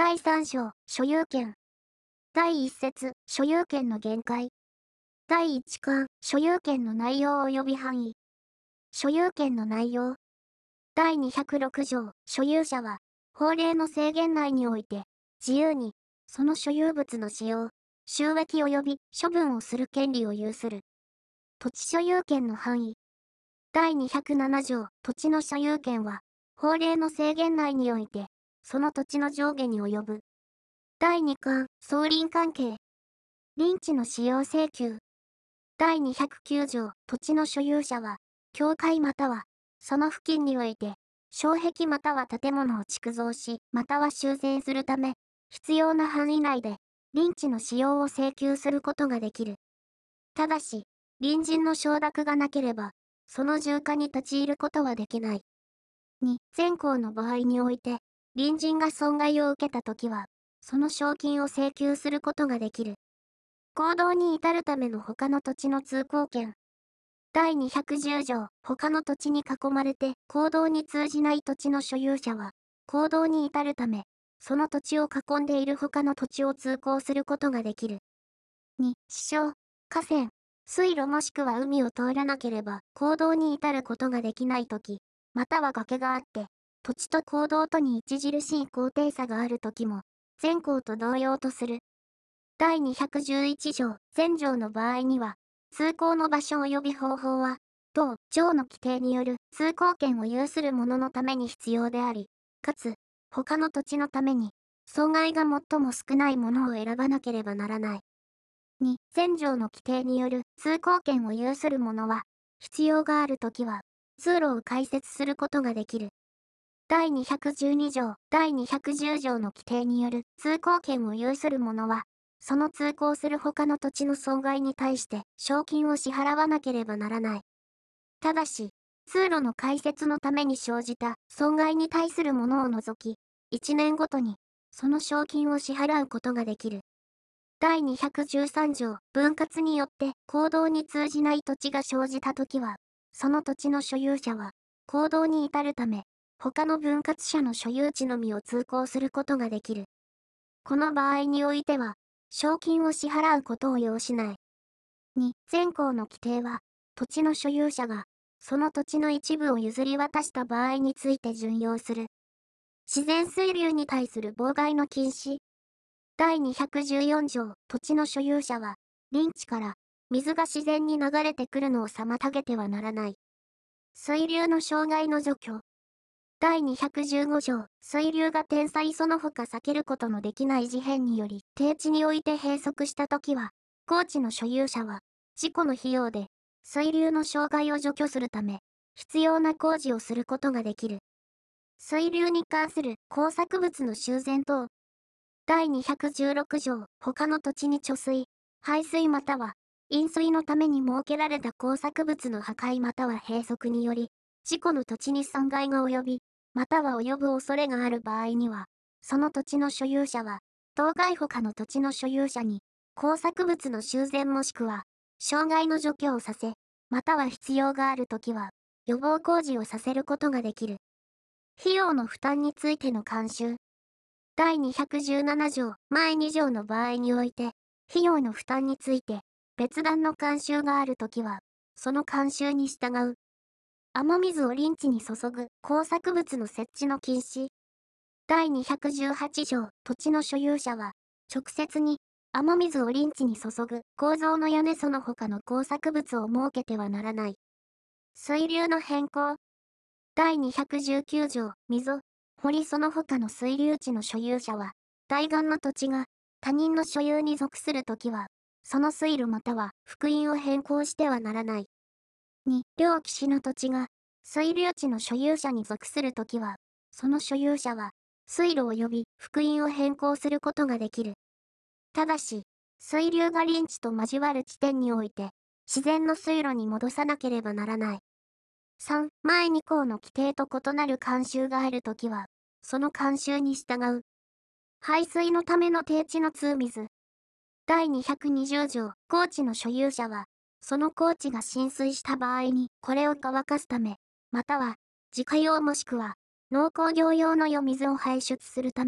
第3章、所有権。第1節、所有権の限界。第1巻、所有権の内容及び範囲。所有権の内容。第206条、所有者は、法令の制限内において、自由に、その所有物の使用、収益及び処分をする権利を有する。土地所有権の範囲。第207条、土地の所有権は、法令の制限内において、その土地の上下に及ぶ。第2巻、相鄰関係。林地の使用請求。第209条、土地の所有者は、境界または、その付近において、障壁または建物を築造し、または修繕するため、必要な範囲内で、林地の使用を請求することができる。ただし、隣人の承諾がなければ、その重化に立ち入ることはできない。2、前項の場合において、隣人が損害を受けたときは、その賞金を請求することができる。行動に至るための他の土地の通行権。第210条、他の土地に囲まれて行動に通じない土地の所有者は、行動に至るため、その土地を囲んでいる他の土地を通行することができる。2、支所、河川、水路もしくは海を通らなければ行動に至ることができないとき、または崖があって、土地と行動とに著しい高低差があるときも、前項と同様とする。第211条、前条の場合には、通行の場所及び方法は、同条の規定による通行権を有する者のために必要であり、かつ、他の土地のために、損害が最も少ないものを選ばなければならない。2、前条の規定による通行権を有する者は、必要があるときは、通路を開設することができる。第212条、第210条の規定による通行権を有する者は、その通行する他の土地の損害に対して賞金を支払わなければならない。ただし、通路の開設のために生じた損害に対するものを除き、1年ごとにその賞金を支払うことができる。第213条、分割によって行動に通じない土地が生じたときは、その土地の所有者は行動に至るため、他の分割者の所有地のみを通行することができる。この場合においては、賞金を支払うことを要しない。2、前項の規定は、土地の所有者が、その土地の一部を譲り渡した場合について準用する。自然水流に対する妨害の禁止。第214条、土地の所有者は、林地から水が自然に流れてくるのを妨げてはならない。水流の障害の除去。第215条、水流が転載その他避けることのできない事変により、低地において閉塞したときは、高地の所有者は、事故の費用で、水流の障害を除去するため、必要な工事をすることができる。水流に関する工作物の修繕等。第216条、他の土地に貯水、排水または、飲水のために設けられた工作物の破壊または閉塞により、事故の土地に損害が及び、または及ぶ恐れがある場合には、その土地の所有者は、当該他の土地の所有者に、工作物の修繕もしくは、障害の除去をさせ、または必要があるときは、予防工事をさせることができる。費用の負担についての慣習。第217条、前2条の場合において、費用の負担について、別段の慣習があるときは、その慣習に従う。雨水を林地に注ぐ工作物の設置の禁止。第218条、土地の所有者は、直接に雨水を林地に注ぐ構造の屋根その他の工作物を設けてはならない。水流の変更。第219条、溝、堀その他の水流地の所有者は、対岸の土地が他人の所有に属するときは、その水路または幅員を変更してはならない。2、両岸の土地が水流地の所有者に属するときは、その所有者は、水路及び幅員を変更することができる。ただし、水流が林地と交わる地点において、自然の水路に戻さなければならない。3、前2項の規定と異なる慣習があるときは、その慣習に従う。排水のための低地の通水。第220条、高地の所有者は、その高地が浸水した場合に、これを乾かすため、または、自家用もしくは、農工業用の湯水を排出するため、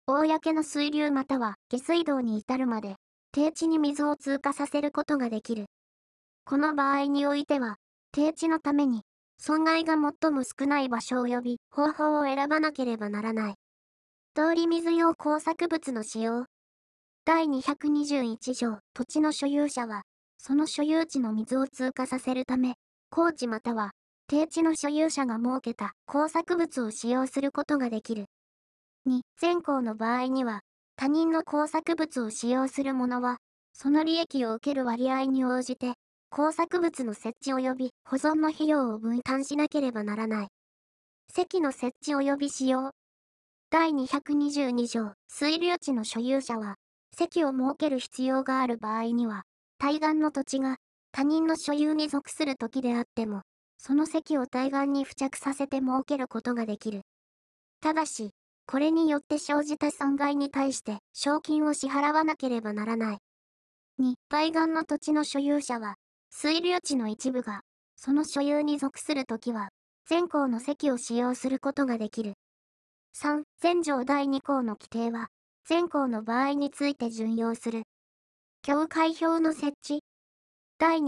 公の水流または下水道に至るまで、低地に水を通過させることができる。この場合においては、低地のために、損害が最も少ない場所及び方法を選ばなければならない。通り水用工作物の使用。第221条、土地の所有者は、その所有地の水を通過させるため、工地または、低地の所有者が設けた工作物を使用することができる。2、全項の場合には、他人の工作物を使用する者は、その利益を受ける割合に応じて、工作物の設置及び保存の費用を分担しなければならない。堰の設置及び使用。第222条、水流地の所有者は、堰を設ける必要がある場合には、対岸の土地が他人の所有に属する時であっても、その堰を対岸に付着させて設けることができる。ただし、これによって生じた損害に対して賞金を支払わなければならない。2、対岸の土地の所有者は、水流地の一部が、その所有に属するときは、全項の堰を使用することができる。3、前条第2項の規定は、全項の場合について準用する。境界表の設置。第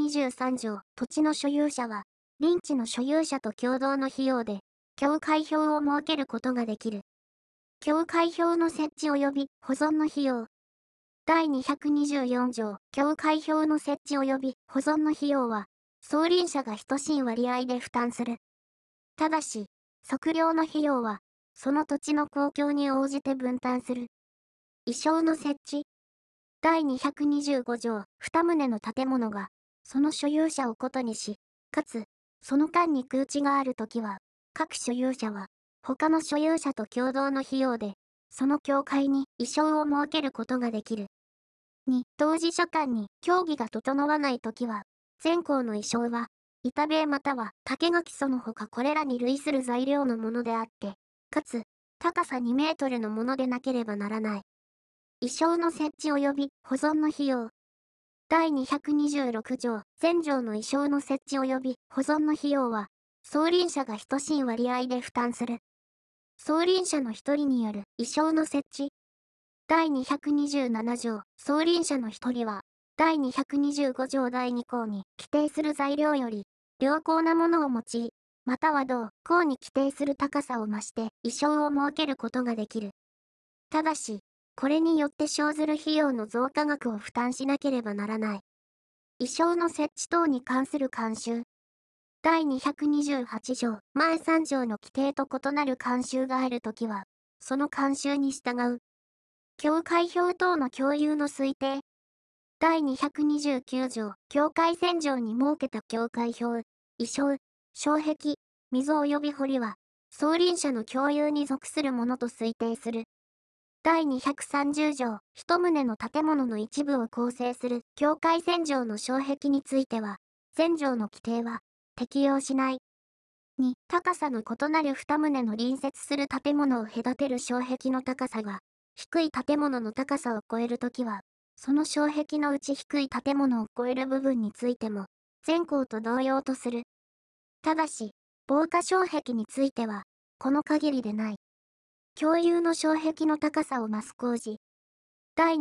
223条、土地の所有者は、林地の所有者と共同の費用で、境界表を設けることができる。境界表の設置及び保存の費用。第224条、境界表の設置及び保存の費用は、送林者が等しい割合で負担する。ただし、測量の費用は、その土地の公共に応じて分担する。意匠の設置。第225条、2棟の建物が、その所有者を異にし、かつ、その間に空地があるときは、各所有者は、他の所有者と共同の費用で、その境界に意匠を設けることができる。2、当事者間に協議が整わないときは、全項の意匠は、板塀または竹垣その他これらに類する材料のものであって、かつ、高さ2メートルのものでなければならない。意匠の設置及び保存の費用。第226条、前条の意匠の設置及び保存の費用は、送林者が等しい割合で負担する。送林者の一人による意匠の設置。第227条、送林者の一人は、第225条第2項に規定する材料より、良好なものを用い、または同項に規定する高さを増して意匠を設けることができる。ただし、これによって生ずる費用の増加額を負担しなければならない。意匠の設置等に関する慣習。第228条、前3条の規定と異なる慣習があるときは、その慣習に従う。境界表等の共有の推定。第229条、境界線上に設けた境界表、意匠、障壁、溝及び堀は、送林者の共有に属するものと推定する。第230条、一棟の建物の一部を構成する境界線上の障壁については、前条の規定は適用しない。2、高さの異なる二棟の隣接する建物を隔てる障壁の高さが、低い建物の高さを超えるときは、その障壁のうち低い建物を超える部分についても、全項と同様とする。ただし、防火障壁については、この限りでない。共有の障壁の高さを増す工事。第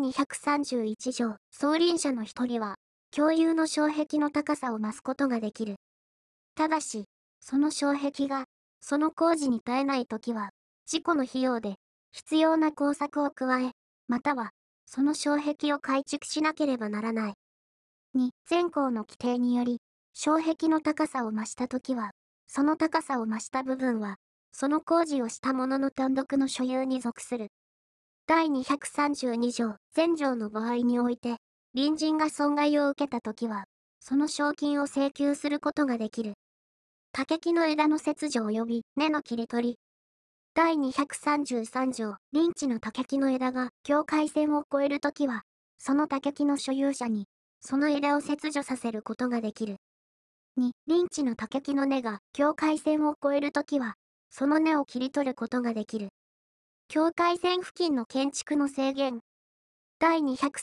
231条、送林者の一人は、共有の障壁の高さを増すことができる。ただし、その障壁が、その工事に耐えないときは、事故の費用で、必要な工作を加え、または、その障壁を改築しなければならない。2、前項の規定により、障壁の高さを増したときは、その高さを増した部分は、その工事をした者の単独の所有に属する。第232条、前条の場合において、隣人が損害を受けたときは、その賞金を請求することができる。竹木の枝の切除及び根の切り取り。第233条、林地の竹木の枝が境界線を越えるときは、その竹木の所有者に、その枝を切除させることができる。2、林地の竹木の根が境界線を越えるときは、その根を切り取ることができる。境界線付近の建築の制限。第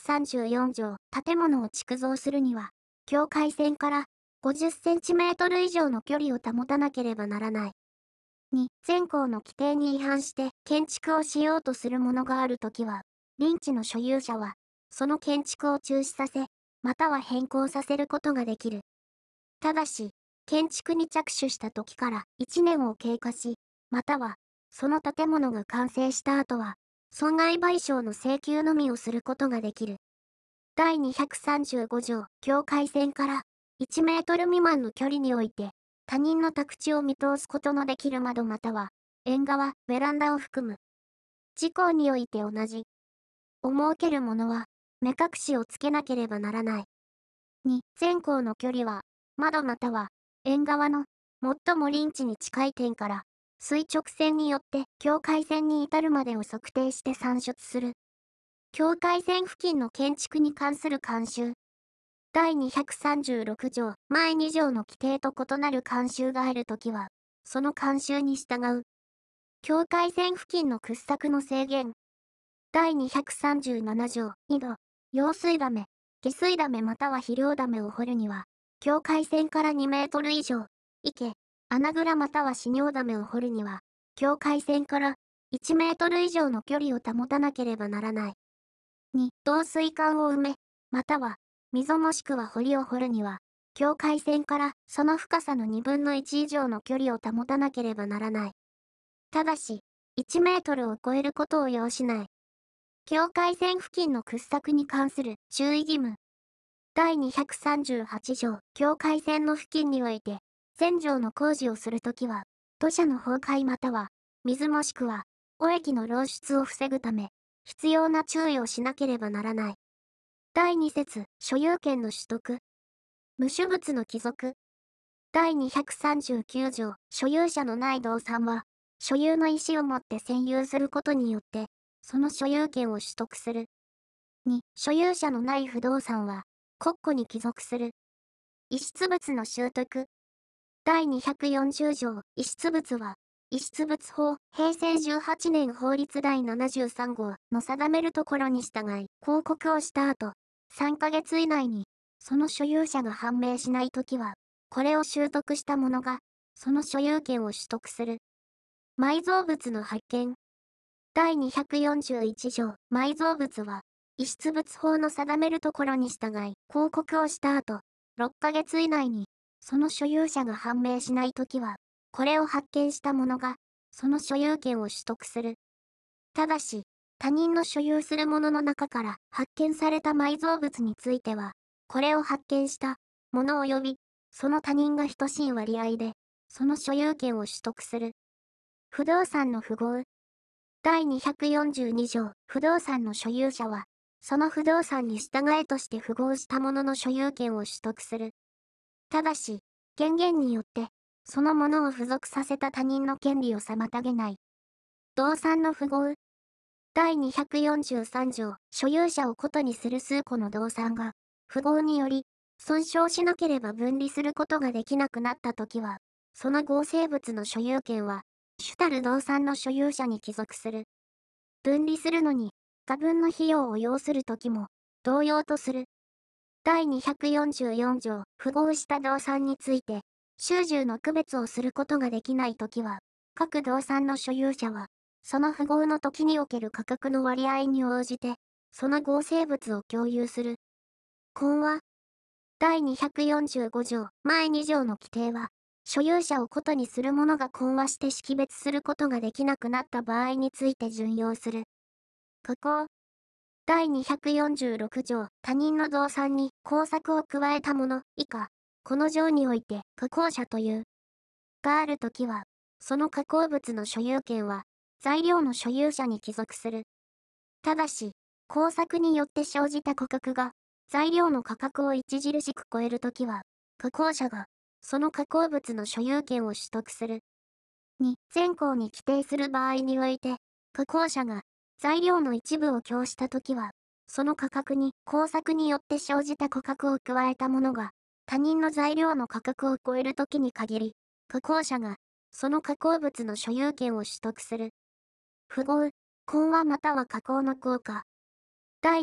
234条、建物を築造するには、境界線から50センチメートル以上の距離を保たなければならない。 2、前項の規定に違反して建築をしようとするものがあるときは、林地の所有者は、その建築を中止させ、または変更させることができる。ただし、建築に着手した時から1年を経過し、または、その建物が完成した後は、損害賠償の請求のみをすることができる。第235条、境界線から1メートル未満の距離において、他人の宅地を見通すことのできる窓または、縁側、ベランダを含む。事項において同じ。を設けるものは、目隠しをつけなければならない。2、前項の距離は、窓または、縁側の、最も林地に近い点から、垂直線によって境界線に至るまでを測定して算出する。境界線付近の建築に関する慣習。第236条、前2条の規定と異なる慣習があるときは、その慣習に従う。境界線付近の掘削の制限。第237条、2度、用水ダメ、下水ダメまたは肥料ダメを掘るには、境界線から2メートル以上、池、穴蔵または死尿ダメを掘るには、境界線から1メートル以上の距離を保たなければならない。2、導水管を埋め、または、溝もしくは堀を掘るには、境界線からその深さの2分の1以上の距離を保たなければならない。ただし、1メートルを超えることを要しない。境界線付近の掘削に関する注意義務。第238条、境界線の付近において、線状の工事をするときは、土砂の崩壊または、水もしくは、汚液の漏出を防ぐため、必要な注意をしなければならない。第2節、所有権の取得。無種物の帰属。第239条、所有者のない動産は、所有の意思をもって占有することによって、その所有権を取得する。2、所有者のない不動産は、国庫に帰属する。遺失物の習得。第240条、遺失物は、遺失物法、平成18年法律第73号の定めるところに従い、公告をした後、3ヶ月以内に、その所有者が判明しないときは、これを習得した者が、その所有権を取得する。埋蔵物の発見。第241条、埋蔵物は、遺失物法の定めるところに従い、公告をした後、6ヶ月以内に、その所有者が判明しないときは、これを発見した者が、その所有権を取得する。ただし、他人の所有するものの中から発見された埋蔵物については、これを発見した者及び、その他人が等しい割合で、その所有権を取得する。不動産の符号。第242条、不動産の所有者は、その不動産に従えとして符合したものの所有権を取得する。ただし、権限によって、そのものを付属させた他人の権利を妨げない。動産の符号。第243条、所有者を異にする数個の動産が、符号により、損傷しなければ分離することができなくなったときは、その合成物の所有権は、主たる動産の所有者に帰属する。分離するのに、過分の費用を要するときも、同様とする。第244条、符合した動産について、収従の区別をすることができないときは、各動産の所有者は、その符合の時における価格の割合に応じて、その合成物を共有する。混和。第245条、前2条の規定は、所有者を異にする者が混和して識別することができなくなった場合について準用する。加工。第246条、他人の動産に工作を加えた者以下、この条において加工者という。があるときは、その加工物の所有権は、材料の所有者に帰属する。ただし、工作によって生じた価格が、材料の価格を著しく超えるときは、加工者が、その加工物の所有権を取得する。2、前項に規定する場合において、加工者が、材料の一部を供したときは、その価格に工作によって生じた価格を加えたものが、他人の材料の価格を超えるときに限り、加工者が、その加工物の所有権を取得する。符合、混和または加工の効果。第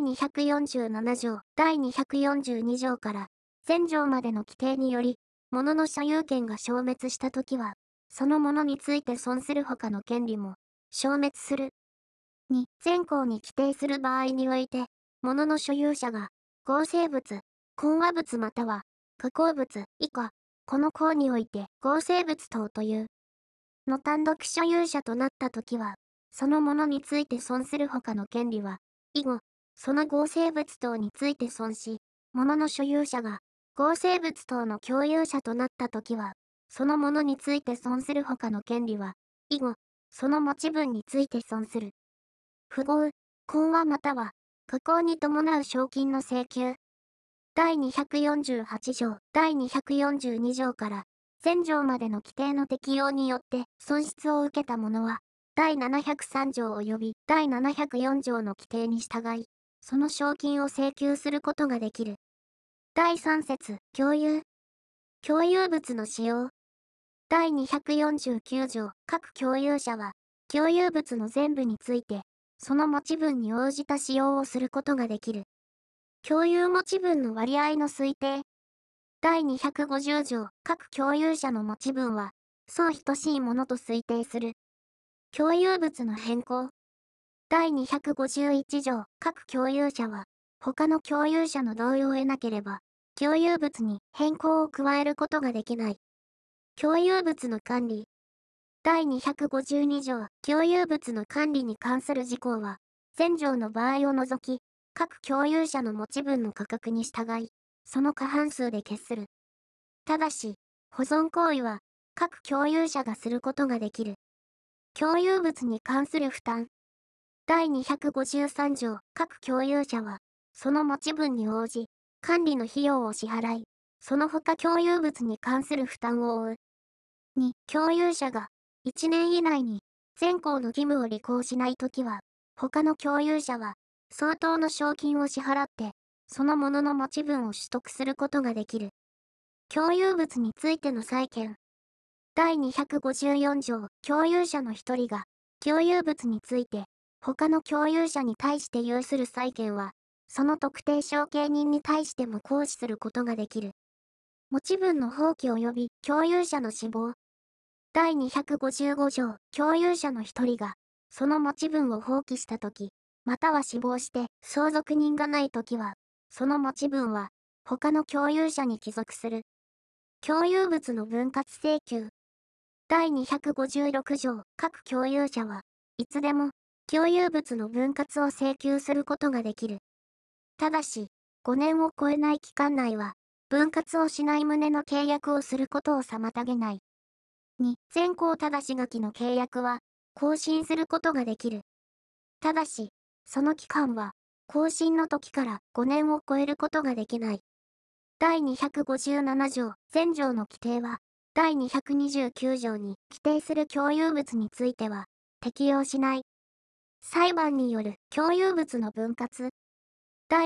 247条、第242条から、1000条までの規定により、物の所有権が消滅したときは、 そのものについて損する他の権利も消滅する。2、全項に規定する場合において、物の所有者が合成物、混和物または加工物以下、この項において合成物等というの単独所有者となったときは、そのものについて損する他の権利は、以後、その合成物等について損し、物の所有者が合成物等の共有者となったときは、そのものについて損する他の権利は、以後、その持ち分について損する。不合、混和または、加工に伴う賞金の請求。第248条、第242条から、前条までの規定の適用によって損失を受けた者は、第703条及び第704条の規定に従い、その賞金を請求することができる。第3節、共有。共有物の使用。第249条、各共有者は、共有物の全部について、その持ち分に応じた使用をすることができる。共有持ち分の割合の推定。第250条、各共有者の持ち分は、相等しいものと推定する。共有物の変更。第251条、各共有者は、他の共有者の同意を得なければ、共有物に変更を加えることができない。共有物の管理。第252条、共有物の管理に関する事項は、前条の場合を除き、各共有者の持ち分の価格に従い、その過半数で決する。ただし、保存行為は、各共有者がすることができる。共有物に関する負担。第253条、各共有者は、その持ち分に応じ、管理の費用を支払い、その他共有物に関する負担を負う。2、共有者が、1年以内に、全項の義務を履行しないときは、他の共有者は、相当の賞金を支払って、そのものの持ち分を取得することができる。共有物についての債権。第254条、共有者の一人が、共有物について、他の共有者に対して有する債権は、その特定承継人に対しても行使することができる。持ち分の放棄及び共有者の死亡。第255条、共有者の一人が、その持ち分を放棄したとき、または死亡して相続人がないときは、その持ち分は、他の共有者に帰属する。共有物の分割請求。第256条、各共有者は、いつでも、共有物の分割を請求することができる。ただし、5年を超えない期間内は、分割をしない旨の契約をすることを妨げない。2、全項ただし書きの契約は、更新することができる。ただし、その期間は、更新の時から5年を超えることができない。第257条、前条の規定は、第229条に規定する共有物については、適用しない。裁判による共有物の分割。第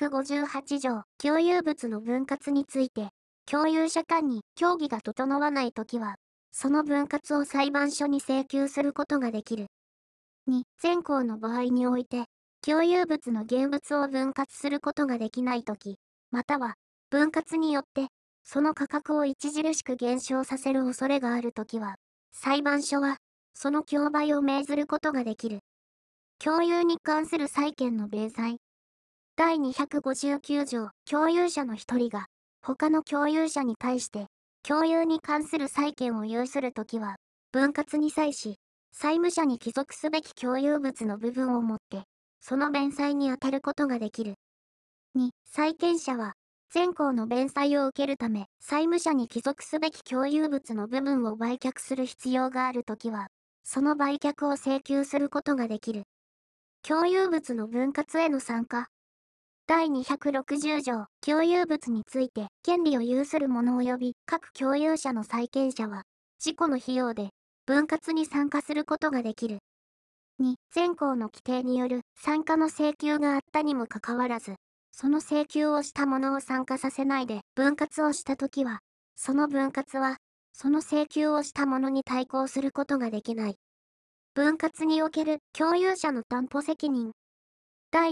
258条、共有物の分割について、共有者間に協議が整わないときは、その分割を裁判所に請求することができる。2、全項の場合において、共有物の現物を分割することができないとき、または、分割によって、その価格を著しく減少させる恐れがあるときは、裁判所は、その競売を命ずることができる。共有に関する債権の明細。第259条、共有者の一人が、他の共有者に対して、共有に関する債権を有するときは、分割に際し、債務者に帰属すべき共有物の部分をもって、その弁済に当たることができる。2、債権者は、全項の弁済を受けるため、債務者に帰属すべき共有物の部分を売却する必要があるときは、その売却を請求することができる。共有物の分割への参加。第260条、共有物について、権利を有する者及び各共有者の債権者は、自己の費用で、分割に参加することができる。2、全項の規定による参加の請求があったにもかかわらず、その請求をした者を参加させないで分割をしたときは、その分割は、その請求をした者に対抗することができない。分割における共有者の担保責任。第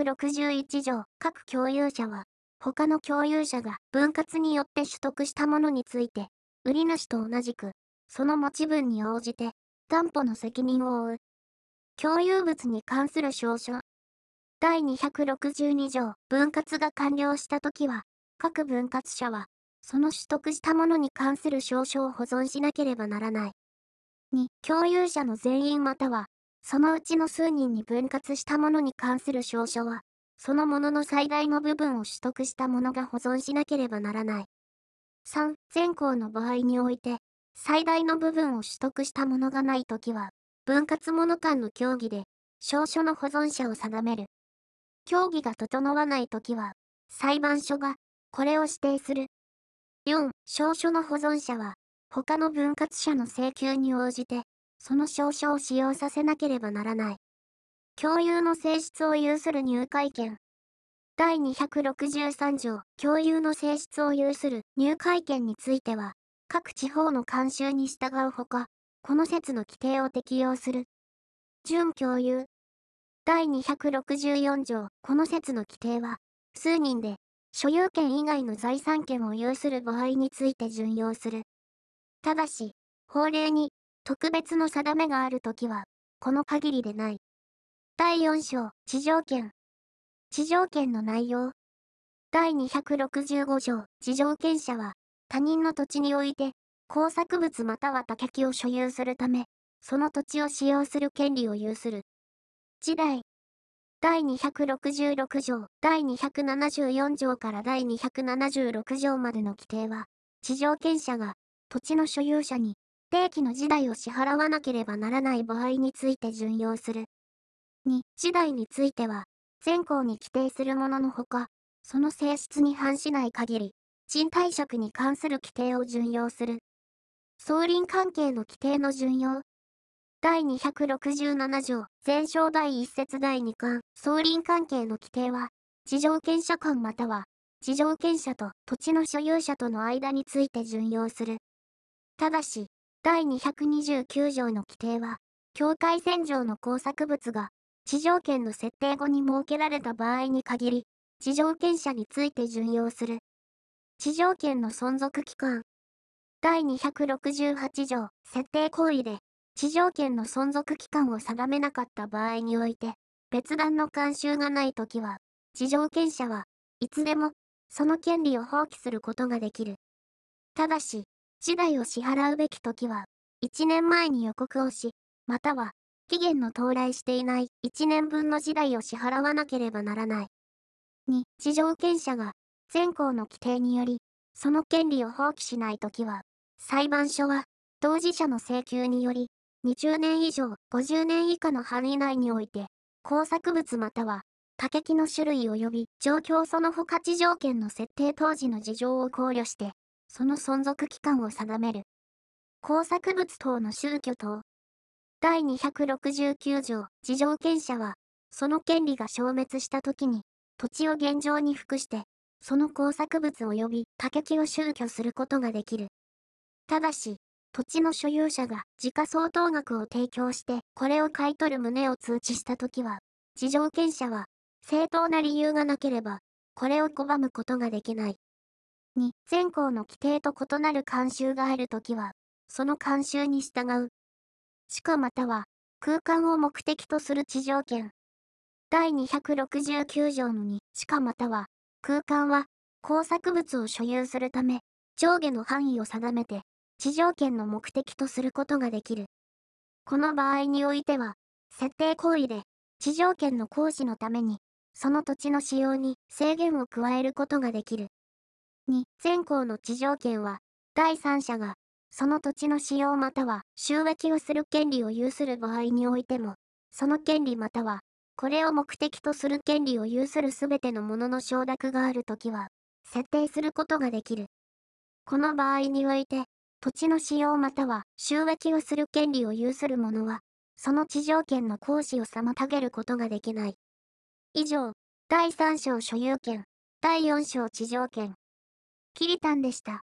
261条、各共有者は、他の共有者が分割によって取得したものについて、売り主と同じく、 その持ち分に応じて、担保の責任を負う。共有物に関する証書。第262条、分割が完了したときは、各分割者は、その取得したものに関する証書を保存しなければならない。2、共有者の全員または、そのうちの数人に分割したものに関する証書は、そのものの最大の部分を取得したものが保存しなければならない。3、全項の場合において、最大の部分を取得したものがないときは、分割者間の協議で、証書の保存者を定める。協議が整わないときは、裁判所が、これを指定する。4、証書の保存者は、他の分割者の請求に応じて、その証書を使用させなければならない。共有の性質を有する入会権。第263条、共有の性質を有する入会権については、各地方の慣習に従うほか、この説の規定を適用する。準共有。第264条、この説の規定は、数人で、所有権以外の財産権を有する場合について準用する。ただし、法令に、特別の定めがあるときは、この限りでない。第4章、地上権。地上権の内容。第265条、地上権者は、他人の土地において、工作物または竹木を所有するため、その土地を使用する権利を有する。地代。第266条、第274条から第276条までの規定は、地上権者が、土地の所有者に、定期の地代を支払わなければならない場合について準用する。2、地代については、全項に規定するもののほか、その性質に反しない限り、賃貸借に関する規定を準用する。相鄰関係の規定の準用。第267条、前章第1節第2巻、相鄰関係の規定は、地上権者間または、地上権者と土地の所有者との間について準用する。ただし、第229条の規定は、境界線上の工作物が、地上権の設定後に設けられた場合に限り、地上権者について準用する。地上権の存続期間。第268条、設定行為で、地上権の存続期間を定めなかった場合において、別段の慣習がないときは、地上権者はいつでも、その権利を放棄することができる。ただし、地代を支払うべきときは、1年前に予告をし、または、期限の到来していない1年分の地代を支払わなければならない。2、地上権者が、全項の規定により、その権利を放棄しないときは、裁判所は、当事者の請求により、20年以上50年以下の範囲内において、工作物または、竹木の種類及び状況その他地上権の設定当時の事情を考慮して、その存続期間を定める。工作物等の宗居等。第269条、地上権者は、その権利が消滅したときに、土地を現状に服して、その工作物及び竹木を収居することができる。ただし、土地の所有者が時価相当額を提供して、これを買い取る旨を通知したときは、地上権者は、正当な理由がなければ、これを拒むことができない。2、全項の規定と異なる慣習があるときは、その慣習に従う。地下または、空間を目的とする地上権。第269条の2、地下または、空間は、工作物を所有するため、上下の範囲を定めて、地上権の目的とすることができる。この場合においては、設定行為で、地上権の行使のために、その土地の使用に制限を加えることができる。2、全項の地上権は、第三者が、その土地の使用または収益をする権利を有する場合においても、その権利または、これを目的とする権利を有するすべてのものの承諾があるときは、設定することができる。この場合において、土地の使用または収益をする権利を有する者は、その地上権の行使を妨げることができない。以上、第3章所有権、第4章地上権。キリタンでした。